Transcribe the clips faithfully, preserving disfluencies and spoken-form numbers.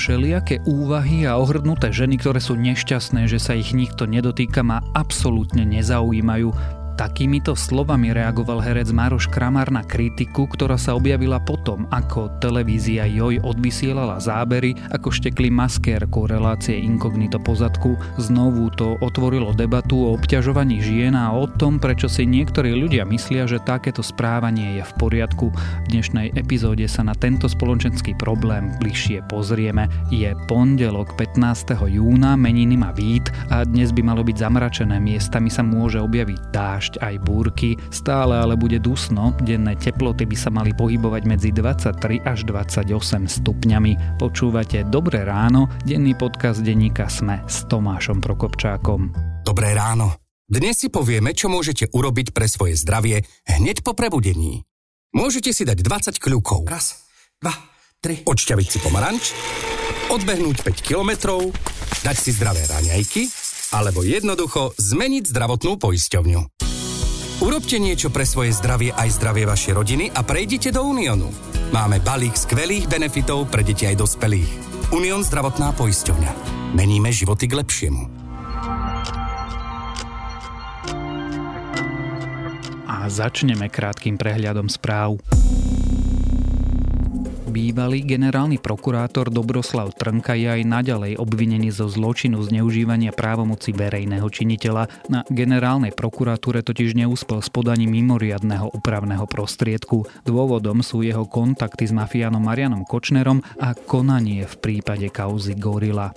Všelijaké úvahy a ohrdnuté ženy, ktoré sú nešťastné, že sa ich nikto nedotýka, ma absolútne nezaujímajú. Takýmito slovami reagoval herec Maroš Kramár na kritiku, ktorá sa objavila potom, ako televízia Joj odvysielala zábery, ako štekli maskérkou relácie Inkognito pozadku. Znovu to otvorilo debatu o obťažovaní žien a o tom, prečo si niektorí ľudia myslia, že takéto správanie je v poriadku. V dnešnej epizóde sa na tento spoločenský problém bližšie pozrieme. Je pondelok pätnásteho júna, meniny má Vít a dnes by malo byť zamračené, miestami sa môže objaviť dážď aj búrky, stále ale bude dusno, denné teploty by sa mali pohybovať medzi dvadsaťtri až dvadsaťosem stupňami. Počúvate Dobré ráno, denný podcast denníka SME s Tomášom Prokopčákom. Dobré ráno. Dnes si povieme, čo môžete urobiť pre svoje zdravie hneď po prebudení. Môžete si dať dvadsať kľukov. Raz, dva, tri. Odšťaviť si pomaranč, odbehnúť päť kilometrov, dať si zdravé raňajky, alebo jednoducho zmeniť zdravotnú poisťovňu. Urobte niečo pre svoje zdravie aj zdravie vašej rodiny a prejdite do Uniónu. Máme balík skvelých benefitov pre deti aj dospelých. Unión zdravotná poisťovňa. Meníme životy k lepšiemu. A začneme krátkym prehľadom správ. Bývalý generálny prokurátor Dobroslav Trnka je aj naďalej obvinený zo zločinu zneužívania právomoci verejného činiteľa. Na generálnej prokuratúre totiž neúspel s podaním mimoriadneho opravného prostriedku. Dôvodom sú jeho kontakty s mafiánom Marianom Kočnerom a konanie v prípade kauzy Gorila.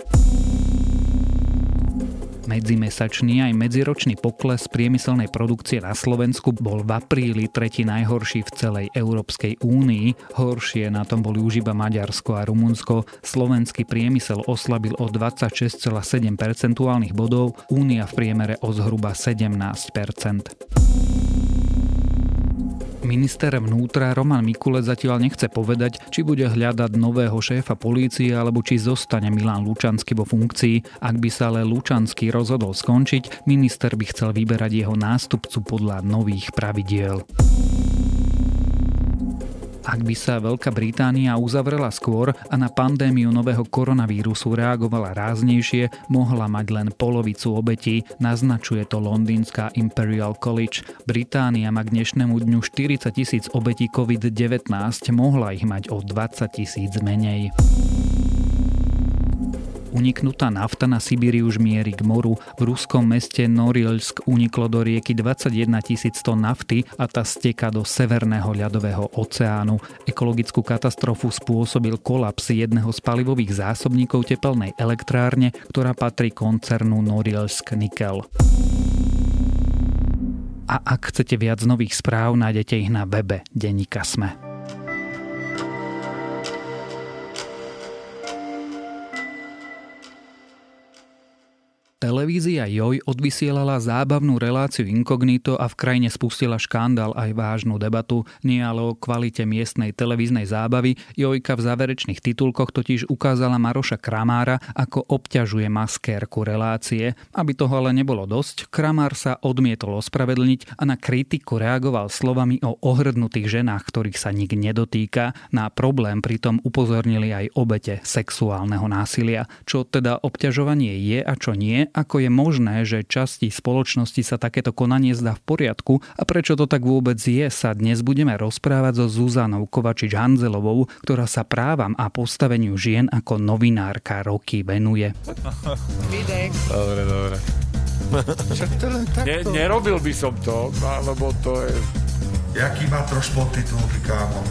Medzimesačný aj medziročný pokles priemyselnej produkcie na Slovensku bol v apríli tretí najhorší v celej Európskej únii. Horšie na tom boli už iba Maďarsko a Rumunsko. Slovenský priemysel oslabil o dvadsaťšesť celá sedem percentuálnych bodov, únia v priemere o zhruba sedemnásť percent. Minister vnútra Roman Mikulec zatiaľ nechce povedať, či bude hľadať nového šéfa polície alebo či zostane Milan Lučanský vo funkcii. Ak by sa ale Lučanský rozhodol skončiť, minister by chcel vyberať jeho nástupcu podľa nových pravidiel. Ak by sa Veľká Británia uzavrela skôr a na pandémiu nového koronavírusu reagovala ráznejšie, mohla mať len polovicu obetí, naznačuje to londýnska Imperial College. Británia má k dnešnému dňu štyridsať tisíc obetí covid devätnásť, mohla ich mať o dvadsať tisíc menej. Uniknutá nafta na Sibíri už mierí k moru. V ruskom meste Norilsk uniklo do rieky dvadsaťjeden tisíc tón nafty a tá steká do Severného ľadového oceánu. Ekologickú katastrofu spôsobil kolaps jedného z palivových zásobníkov tepelnej elektrárne, ktorá patrí koncernu Norilsk Nickel. A ak chcete viac nových správ, nájdete ich na webe denníka SME. Televízia Joj odvysielala zábavnú reláciu Inkognito a v krajine spustila škandál aj vážnu debatu. Nie ale o kvalite miestnej televíznej zábavy. Jojka v záverečných titulkoch totiž ukázala Maroša Kramára, ako obťažuje maskérku relácie. Aby toho ale nebolo dosť, Kramár sa odmietol ospravedlniť a na kritiku reagoval slovami o ohrdnutých ženách, ktorých sa nik nedotýka. Na problém pritom upozornili aj obete sexuálneho násilia. Čo teda obťažovanie je a čo nie? Ako je možné, že časti spoločnosti sa takéto konanie zdá v poriadku a prečo to tak vôbec je, sa dnes budeme rozprávať so Zuzanou Kovačič-Hanzelovou, ktorá sa právam a postaveniu žien ako novinárka roky venuje. Dobre, dobre. Však to len takto. Ne, nerobil by som to, lebo to je... Jaký má troš podtitulky, kámo?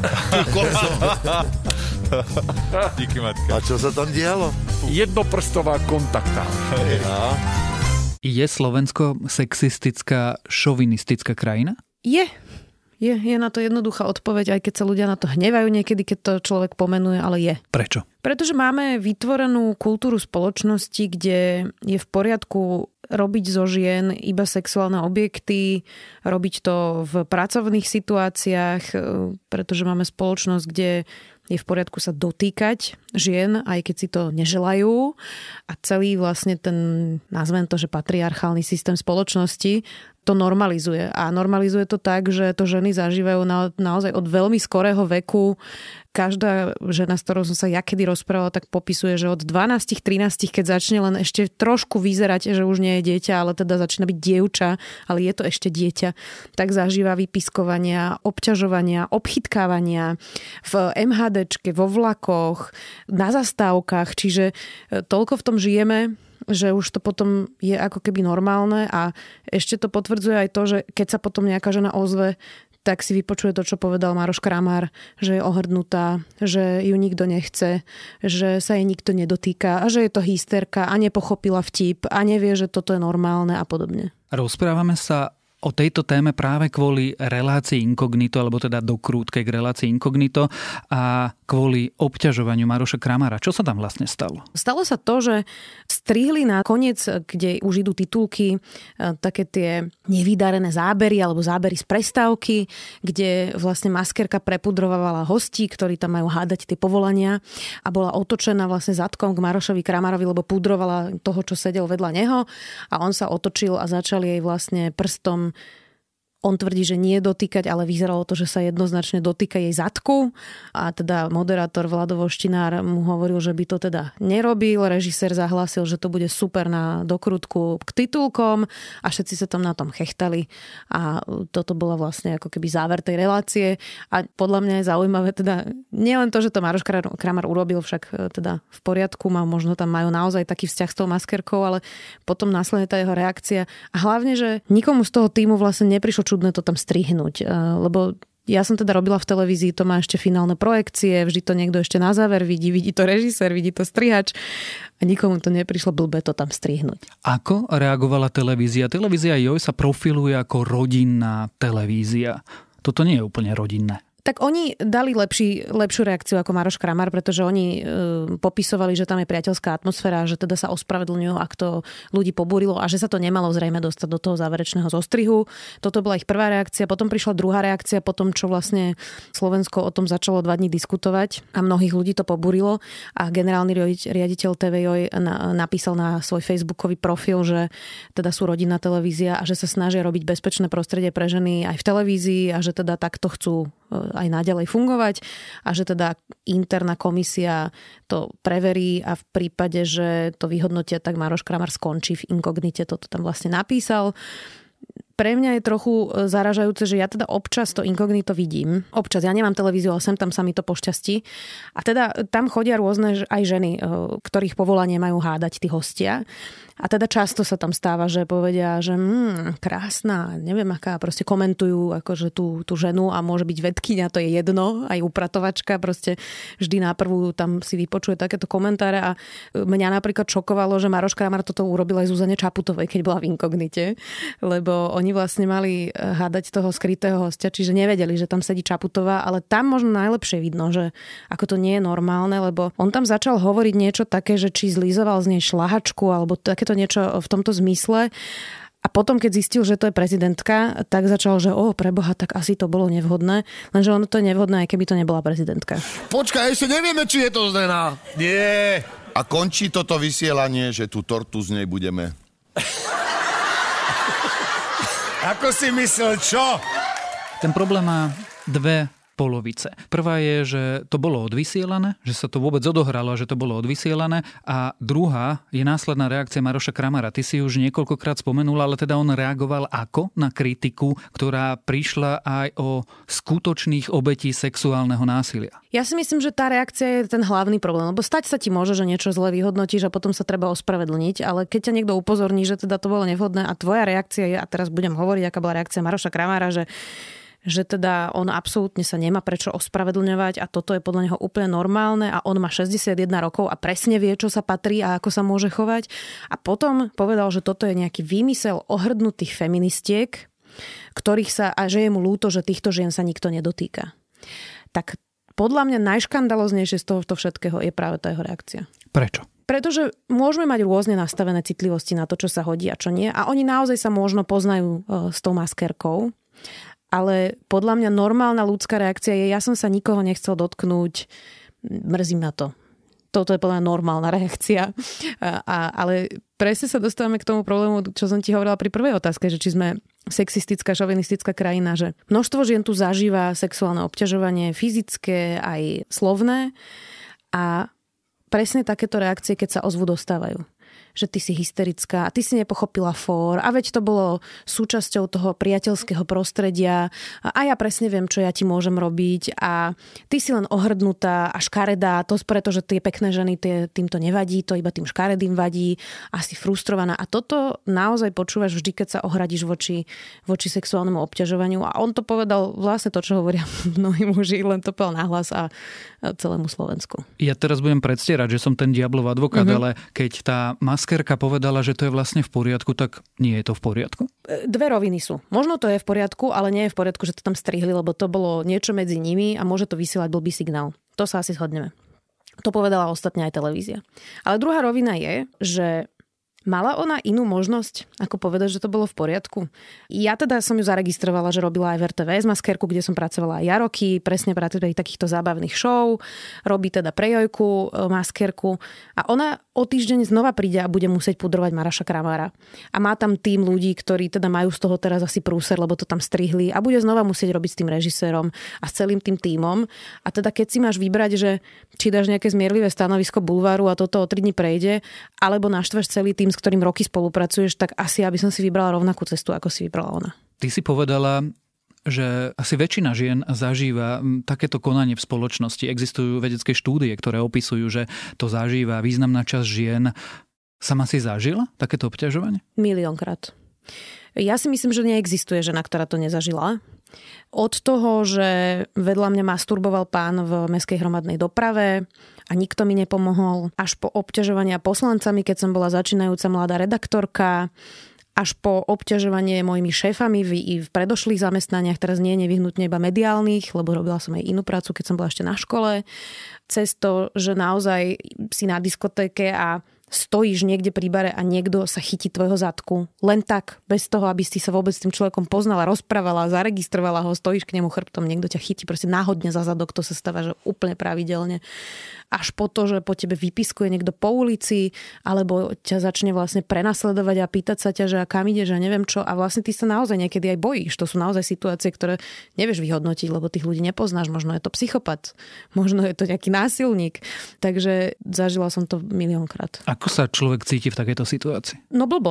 Díky, matka. A čo sa tam dialo? Jednoprstová kontakta. Ja. Je Slovensko sexistická, šovinistická krajina? Je. Je, je na to jednoduchá odpoveď, aj keď sa ľudia na to hnevajú niekedy, keď to človek pomenuje, ale je. Prečo? Pretože máme vytvorenú kultúru spoločnosti, kde je v poriadku robiť zo žien iba sexuálne objekty, robiť to v pracovných situáciách, pretože máme spoločnosť, kde je v poriadku sa dotýkať žien, aj keď si to neželajú. A celý vlastne ten, nazvem to, že patriarchálny systém spoločnosti, to normalizuje. A normalizuje to tak, že to ženy zažívajú na, naozaj od veľmi skorého veku. Každá žena, s ktorou som sa ja kedy rozprávala, tak popisuje, že od dvanásť trinásť, keď začne len ešte trošku vyzerať, že už nie je dieťa, ale teda začína byť dievča, ale je to ešte dieťa, tak zažíva vypiskovania, obťažovania, obchytkávania v em há déčke, vo vlakoch, na zastávkach, čiže toľko v tom žijeme, že už to potom je ako keby normálne a ešte to potvrdzuje aj to, že keď sa potom nejaká žena ozve, tak si vypočuje to, čo povedal Maroš Kramár, že je ohŕdnutá, že ju nikto nechce, že sa jej nikto nedotýka a že je to hysterka a nepochopila vtip a nevie, že toto je normálne a podobne. Rozprávame sa o tejto téme práve kvôli relácii Inkognito, alebo teda dokrútke k relácii Inkognito a kvôli obťažovaniu Maroša Kramára. Čo sa tam vlastne stalo? Stalo sa to, že strihli na koniec, kde už idú titulky, také tie nevydarené zábery alebo zábery z prestávky, kde vlastne maskerka prepudrovala hostí, ktorí tam majú hádať tie povolania a bola otočená vlastne zadkom k Marošovi Kramárovi, lebo pudrovala toho, čo sedel vedľa neho a on sa otočil a začal jej vlastne prstom. On tvrdí, že nie dotýkať, ale vyzeralo to, že sa jednoznačne dotýka jej zadku a teda moderátor Vlado Voštinár mu hovoril, že by to teda nerobil. Režisér zahlásil, že to bude super na dokrutku k titulkom a všetci sa tam na tom chechtali a toto bola vlastne ako keby záver tej relácie a podľa mňa je zaujímavé teda nielen to, že to Maroš Kramár urobil, však teda v poriadku, má, možno tam majú naozaj taký vzťah s tou maskerkou, ale potom následne tá jeho reakcia a hlavne, že nikomu z toho týmu vlastne neprišlo čudné to tam strihnúť, lebo ja som teda robila v televízii, to má ešte finálne projekcie, vždy to niekto ešte na záver vidí, vidí to režisér, vidí to strihač a nikomu to neprišlo blbé to tam strihnúť. Ako reagovala televízia? Televízia Joj sa profiluje ako rodinná televízia. Toto nie je úplne rodinné. Tak oni dali lepší, lepšiu reakciu ako Maroš Kramár, pretože oni e, popisovali, že tam je priateľská atmosféra, že teda sa ospravedlňujú, ak to ľudí pobúrilo a že sa to nemalo zrejme dostať do toho záverečného zostrihu. Toto bola ich prvá reakcia. Potom prišla druhá reakcia po tom, čo vlastne Slovensko o tom začalo dva dní diskutovať a mnohých ľudí to pobúrilo a generálny riaditeľ té vé Joj napísal na svoj facebookový profil, že teda sú rodinná televízia a že sa snažia robiť bezpečné prostredie pre ženy aj v televízii a že teda takto chcú aj naďalej fungovať a že teda interná komisia to preverí a v prípade, že to vyhodnotia, tak Maroš Kramár skončí v Inkognite, toto tam vlastne napísal. Pre mňa je trochu zaražajúce, že ja teda občas to Inkognito vidím. Občas, ja nemám televíziu, ale sem tam sa mi to pošťastí. A teda tam chodia rôzne aj ženy, ktorých povolanie majú hádať tí hostia. A teda často sa tam stáva, že povedia, že mm, krásna, neviem aká, proste komentujú akože tú, tú ženu a môže byť vedkyňa, to je jedno, aj upratovačka, proste vždy náprvu tam si vypočuje takéto komentáre a mňa napríklad šokovalo, že Maroš Kramár toto urobil aj Zuzane Čaputovej, keď bola v Inkognite, lebo oni vlastne mali hádať toho skrytého hostia, čiže nevedeli, že tam sedí Čaputová, ale tam možno najlepšie vidno, že ako to nie je normálne, lebo on tam začal hovoriť niečo také, že či zlizoval z nej šlahačku alebo také to niečo v tomto zmysle. A potom, keď zistil, že to je prezidentka, tak začal, že o, preboha, tak asi to bolo nevhodné. Lenže ono to je nevhodné, aj keby to nebola prezidentka. Počkaj, ešte nevieme, či je to žena. Nie. A končí toto vysielanie, že tú tortu z nej budeme. Ako si myslel, čo? Ten problém má dve polovice. Prvá je, že to bolo odvysielané, že sa to vôbec odohralo, že to bolo odvysielané a druhá je následná reakcia Maroša Kramára. Ty si už niekoľkokrát spomenul, ale teda on reagoval ako na kritiku, ktorá prišla aj o skutočných obetí sexuálneho násilia. Ja si myslím, že tá reakcia je ten hlavný problém, lebo stať sa ti môže, že niečo zle vyhodnotíš a potom sa treba ospravedlniť, ale keď ťa niekto upozorní, že teda to bolo nevhodné a tvoja reakcia je, a teraz budem hovoriť, aká bola reakcia Maroša Kramára, že že teda on absolútne sa nemá prečo ospravedlňovať a toto je podľa neho úplne normálne a on má šesťdesiatjeden rokov a presne vie, čo sa patrí a ako sa môže chovať. A potom povedal, že toto je nejaký výmysel ohrdnutých feministiek, ktorých sa, a že je mu ľúto, že týchto žien sa nikto nedotýka. Tak podľa mňa najškandaloznejšie z tohoto všetkého je práve tá jeho reakcia. Prečo? Pretože môžeme mať rôzne nastavené citlivosti na to, čo sa hodí a čo nie. A oni naozaj sa možno poznajú s tou maskerkou. Ale podľa mňa normálna ľudská reakcia je, ja som sa nikoho nechcel dotknúť, mrzí ma to. Toto je podľa mňa normálna reakcia. A, ale presne sa dostávame k tomu problému, čo som ti hovorila pri prvej otázke, že či sme sexistická, šovinistická krajina, že množstvo žien tu zažíva sexuálne obťažovanie fyzické aj slovné a presne takéto reakcie, keď sa ozvu, dostávajú. Že ty si hysterická a ty si nepochopila fór a veď to bolo súčasťou toho priateľského prostredia a ja presne viem, čo ja ti môžem robiť a ty si len ohrdnutá a škaredá, to preto, že tie pekné ženy, tie, tým to nevadí, to iba tým škaredým vadí a si frustrovaná a toto naozaj počúvaš vždy, keď sa ohradíš voči, voči sexuálnemu obťažovaniu a on to povedal vlastne to, čo hovoria mnohí muži, len to povedal nahlas a celému Slovensku. Ja teraz budem predstierať, že som ten diablov advokát, mm-hmm. ale keď tá maskérka povedala, že to je vlastne v poriadku, tak nie je to v poriadku? Dve roviny sú. Možno to je v poriadku, ale nie je v poriadku, že to tam strihli, lebo to bolo niečo medzi nimi a môže to vysielať blbý signál. To sa asi shodneme. To povedala ostatne aj televízia. Ale druhá rovina je, že mala ona inú možnosť, ako povedať, že to bolo v poriadku? Ja teda som ju zaregistrovala, že robila aj v er té vé es maskérku, kde som pracovala aj ja roky, presne pracuje pri takýchto zábavných show, robí teda pre Jojku maskérku a ona o týždeň znova príde a bude musieť pudrovať Maroša Kramára. A má tam tým ľudí, ktorí teda majú z toho teraz asi prúser, lebo to tam strihli a bude znova musieť robiť s tým režisérom a s celým tým tímom. A teda keď si máš vybrať, že či dáš nejaké zmierlivé stanovisko Bulváru a toto o tri dni prejde, alebo naštveš celý tým, s ktorým roky spolupracuješ, tak asi aby som si vybrala rovnakú cestu, ako si vybrala ona. Ty si povedala, že asi väčšina žien zažíva takéto konanie v spoločnosti. Existujú vedecké štúdie, ktoré opisujú, že to zažíva významná časť žien. Sama si zažila takéto obťažovanie? Miliónkrát. Ja si myslím, že neexistuje žena, ktorá to nezažila. Od toho, že vedľa mňa masturboval pán v mestskej hromadnej doprave a nikto mi nepomohol, až po obťažovania poslancami, keď som bola začínajúca mladá redaktorka, až po obťažovanie mojimi šéfami v, v predošlých zamestnaniach, teraz nie nevyhnutne iba mediálnych, lebo robila som aj inú prácu, keď som bola ešte na škole, cez to, že naozaj si na diskotéke a stojíš niekde pri bare a niekto sa chytí tvojho zadku. Len tak, bez toho, aby si sa vôbec s tým človekom poznala, rozprávala, zaregistrovala ho, stojíš k nemu chrbtom, niekto ťa chytí proste náhodne za zadok, to sa stáva, že úplne pravidelne. Až po to, že po tebe vypiskuje niekto po ulici, alebo ťa začne vlastne prenasledovať a pýtať sa ťa, že a kam ideš, a neviem čo. A vlastne ty sa naozaj niekedy aj bojíš. To sú naozaj situácie, ktoré nevieš vyhodnotiť, lebo tých ľudí nepoznáš. Možno je to psychopat, možno je to nejaký násilník. Takže zažila som to miliónkrát. Ako sa človek cíti v takejto situácii? No blbo.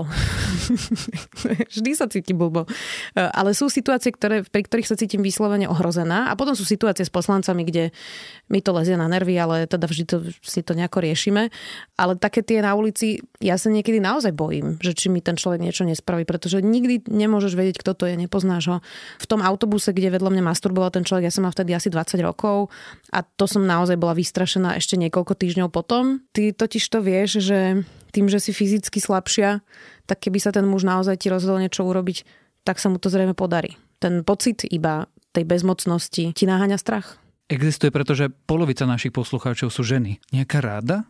Vždy sa cíti blbo. Ale sú situácie, ktoré, pri ktorých sa cítim vyslovene ohrozená a potom sú situácie s poslancami, kde mi to lezie na nervy, ale teda vždy to, si to nejako riešime. Ale také tie na ulici, ja sa niekedy naozaj bojím, že či mi ten človek niečo nespraví, pretože nikdy nemôžeš vedieť, kto to je, nepoznáš ho. V tom autobuse, kde vedľa mňa masturboval ten človek, ja som mal vtedy asi dvadsať rokov a to som naozaj bola vystrašená ešte niekoľko týždňov potom. Ty totiž to vieš, že tým, že si fyzicky slabšia, tak keby sa ten muž naozaj ti rozhodol niečo urobiť, tak sa mu to zrejme podarí. Ten pocit iba tej bezmocnosti ti naháňa strach. Existuje, pretože polovica našich poslucháčov sú ženy. Nejaká rada,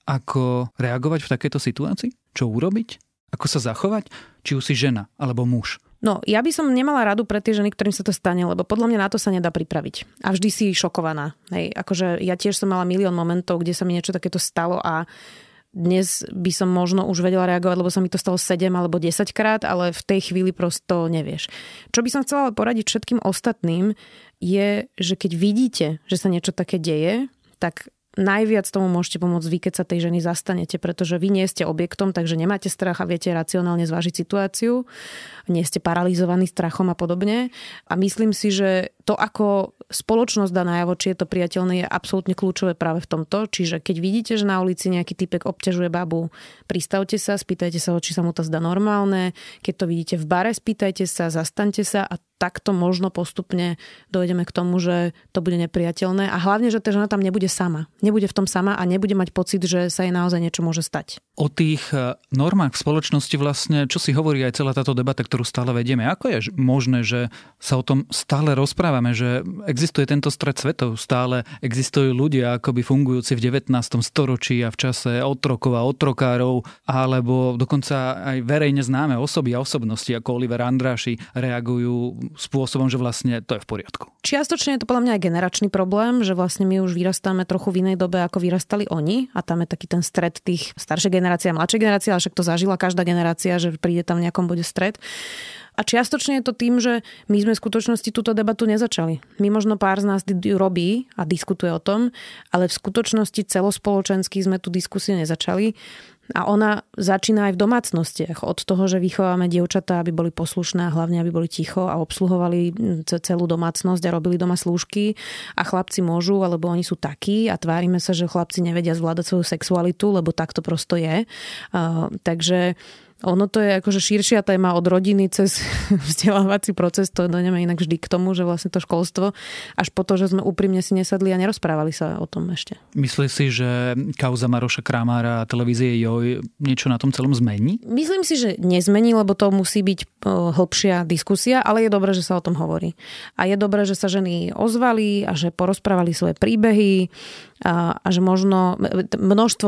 ako reagovať v takejto situácii? Čo urobiť? Ako sa zachovať? Či už si žena alebo muž? No, ja by som nemala radu pre tie ženy, ktorým sa to stane, lebo podľa mňa na to sa nedá pripraviť. A vždy si šokovaná. Hej, akože ja tiež som mala milión momentov, kde sa mi niečo takéto stalo a dnes by som možno už vedela reagovať, lebo sa mi to stalo sedem alebo desať krát, ale v tej chvíli prosto nevieš. Čo by som chcela poradiť všetkým ostatným je, že keď vidíte, že sa niečo také deje, tak najviac tomu môžete pomôcť vy, keď sa tej ženy zastanete, pretože vy nie ste objektom, takže nemáte strach a viete racionálne zvážiť situáciu. Nie ste paralizovaní strachom a podobne. A myslím si, že to, ako spoločnosť dá najavo, či je to priateľné, je absolútne kľúčové práve v tomto. Čiže keď vidíte, že na ulici nejaký typek obťažuje babu, pristavte sa, spýtajte sa ho, či sa mu to zdá normálne. Keď to vidíte v bare, spýtajte sa, zastaňte sa a takto možno postupne dojdeme k tomu, že to bude nepriateľné a hlavne, že tá žena tam nebude sama. Nebude v tom sama a nebude mať pocit, že sa jej naozaj niečo môže stať. O tých normách v spoločnosti vlastne, čo si hovorí aj celá táto debata, ktorú stále vedieme. Ako je možné, že sa o tom stále rozprávame, že existuje tento stret svetov, stále existujú ľudia akoby fungujúci v devätnástom storočí a v čase otrokov a otrokárov, alebo dokonca aj verejne známe osoby a osobnosti ako Oliver Andráši reagujú spôsobom, že vlastne to je v poriadku. Čiastočne je to podľa mňa aj generačný problém, že vlastne my už vyrastáme trochu v inej dobe, ako vyrastali oni a tam je taký ten stred tých staršej generácie a mladšej generácie, ale však to zažila každá generácia, že príde tam v nejakom bode stred. A čiastočne je to tým, že my sme v skutočnosti túto debatu nezačali. My možno pár z nás ju robí a diskutuje o tom, ale v skutočnosti celospoločensky sme tú diskusiu nezačali. A ona začína aj v domácnostiach. Od toho, že vychováme dievčatá, aby boli poslušné a hlavne, aby boli ticho a obsluhovali celú domácnosť a robili doma slúžky. A chlapci môžu, alebo oni sú takí a tvárime sa, že chlapci nevedia zvládať svoju sexualitu, lebo tak to prosto je. Uh, takže ono to je akože širšia téma od rodiny cez vzdelávací proces, to dojdeme inak vždy k tomu, že vlastne to školstvo, až po to, že sme úprimne si nesadli a nerozprávali sa o tom ešte. Myslíš si, že kauza Maroša Kramára a televízie Joj niečo na tom celom zmení? Myslím si, že nezmení, lebo to musí byť hlbšia diskusia, ale je dobré, že sa o tom hovorí. A je dobré, že sa ženy ozvali a že porozprávali svoje príbehy a, a že možno množstvo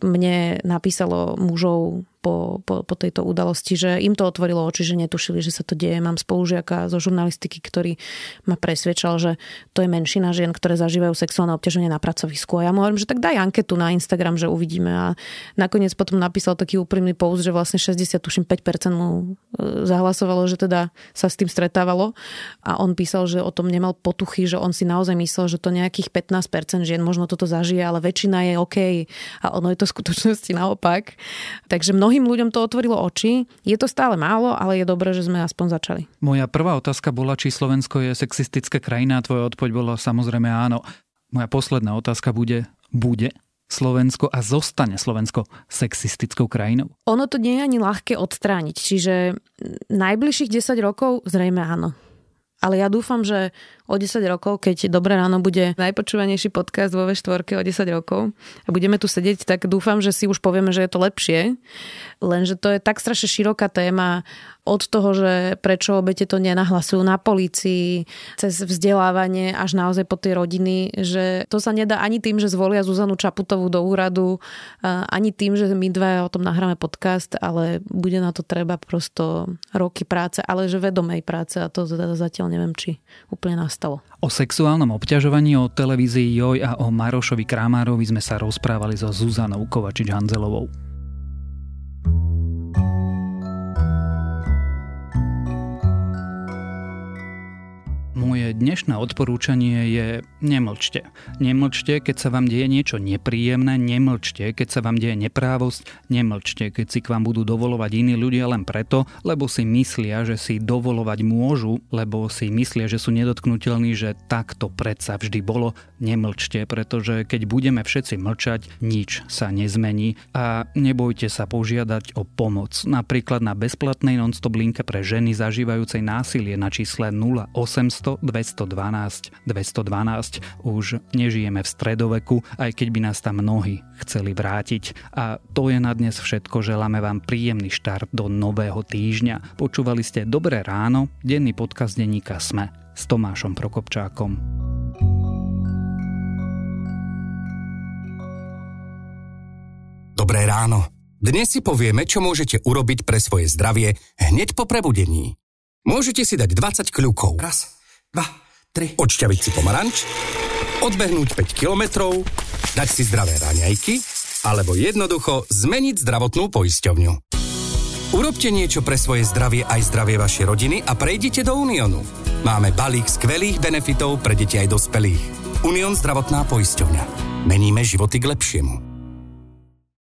mne napísalo mužov Po, po, po tejto udalosti, že im to otvorilo oči, že netušili, že sa to deje. Mám spolužiaka zo žurnalistiky, ktorý ma presvedčal, že to je menšina žien, ktoré zažívajú sexuálne obťaženie na pracovisku. A ja mu hovorím, že tak daj anketu na Instagram, že uvidíme. A nakoniec potom napísal taký úprimný post, že vlastne šesťdesiatpäť percent mu zahlasovalo, že teda sa s tým stretávalo. A on písal, že o tom nemal potuchy, že on si naozaj myslel, že to nejakých pätnásť percent žien možno toto zažije, ale väčšina je OK. A ono je to v skutočnosti naopak. Takže mnohým ľuďom to otvorilo oči. Je to stále málo, ale je dobré, že sme aspoň začali. Moja prvá otázka bola, či Slovensko je sexistická krajina, a tvoja odpoveď bola samozrejme áno. Moja posledná otázka bude, bude Slovensko a zostane Slovensko sexistickou krajinou? Ono to nie je ani ľahké odstrániť, čiže najbližších desať rokov zrejme áno. Ale ja dúfam, že o desať rokov, keď Dobré ráno bude najpočúvanejší podcast vo vé štyri o desať rokov a budeme tu sedieť, tak dúfam, že si už povieme, že je to lepšie. Lenže to je tak strašne široká téma od toho, že prečo obete to nenahlasujú na polícii, cez vzdelávanie až naozaj po tie rodiny, že to sa nedá ani tým, že zvolia Zuzanu Čaputovú do úradu, ani tým, že my dva o tom nahráme podcast, ale bude na to treba prosto roky práce, ale že vedomej práce a to zatiaľ neviem, či úplne nastalo. O sexuálnom obťažovaní, o televízii Joj a o Marošovi Kramárovi sme sa rozprávali so Zuzanou Kovačič-Hanzelovou. Moje dnešné odporúčanie je nemlčte. Nemlčte, keď sa vám deje niečo nepríjemné, nemlčte, keď sa vám deje neprávosť, nemlčte, keď si k vám budú dovolovať iní ľudia len preto, lebo si myslia, že si dovolovať môžu, lebo si myslia, že sú nedotknuteľní, že tak to predsa vždy bolo. Nemlčte, pretože keď budeme všetci mlčať, nič sa nezmení a nebojte sa požiadať o pomoc. Napríklad na bezplatnej non-stop linke pre ženy zažívajúcej násilie na čísle nula osemsto dvestodvanásť dvestodvanásť. Už nežijeme v stredoveku, aj keď by nás tam mnohí chceli vrátiť. A to je na dnes všetko. Želáme vám príjemný štart do nového týždňa. Počúvali ste Dobré ráno, denný podcast denníka SME s Tomášom Prokopčákom. Dobré ráno. Dnes si povieme, čo môžete urobiť pre svoje zdravie hneď po prebudení. Môžete si dať dvadsať kľukov. Raz, dva, tri. Odšťaviť si pomaranč, odbehnúť päť kilometrov, dať si zdravé raňajky, alebo jednoducho zmeniť zdravotnú poisťovňu. Urobte niečo pre svoje zdravie aj zdravie vašej rodiny a prejdite do Uniónu. Máme balík skvelých benefitov pre deti aj dospelých. Unión zdravotná poisťovňa. Meníme životy k lepšiemu.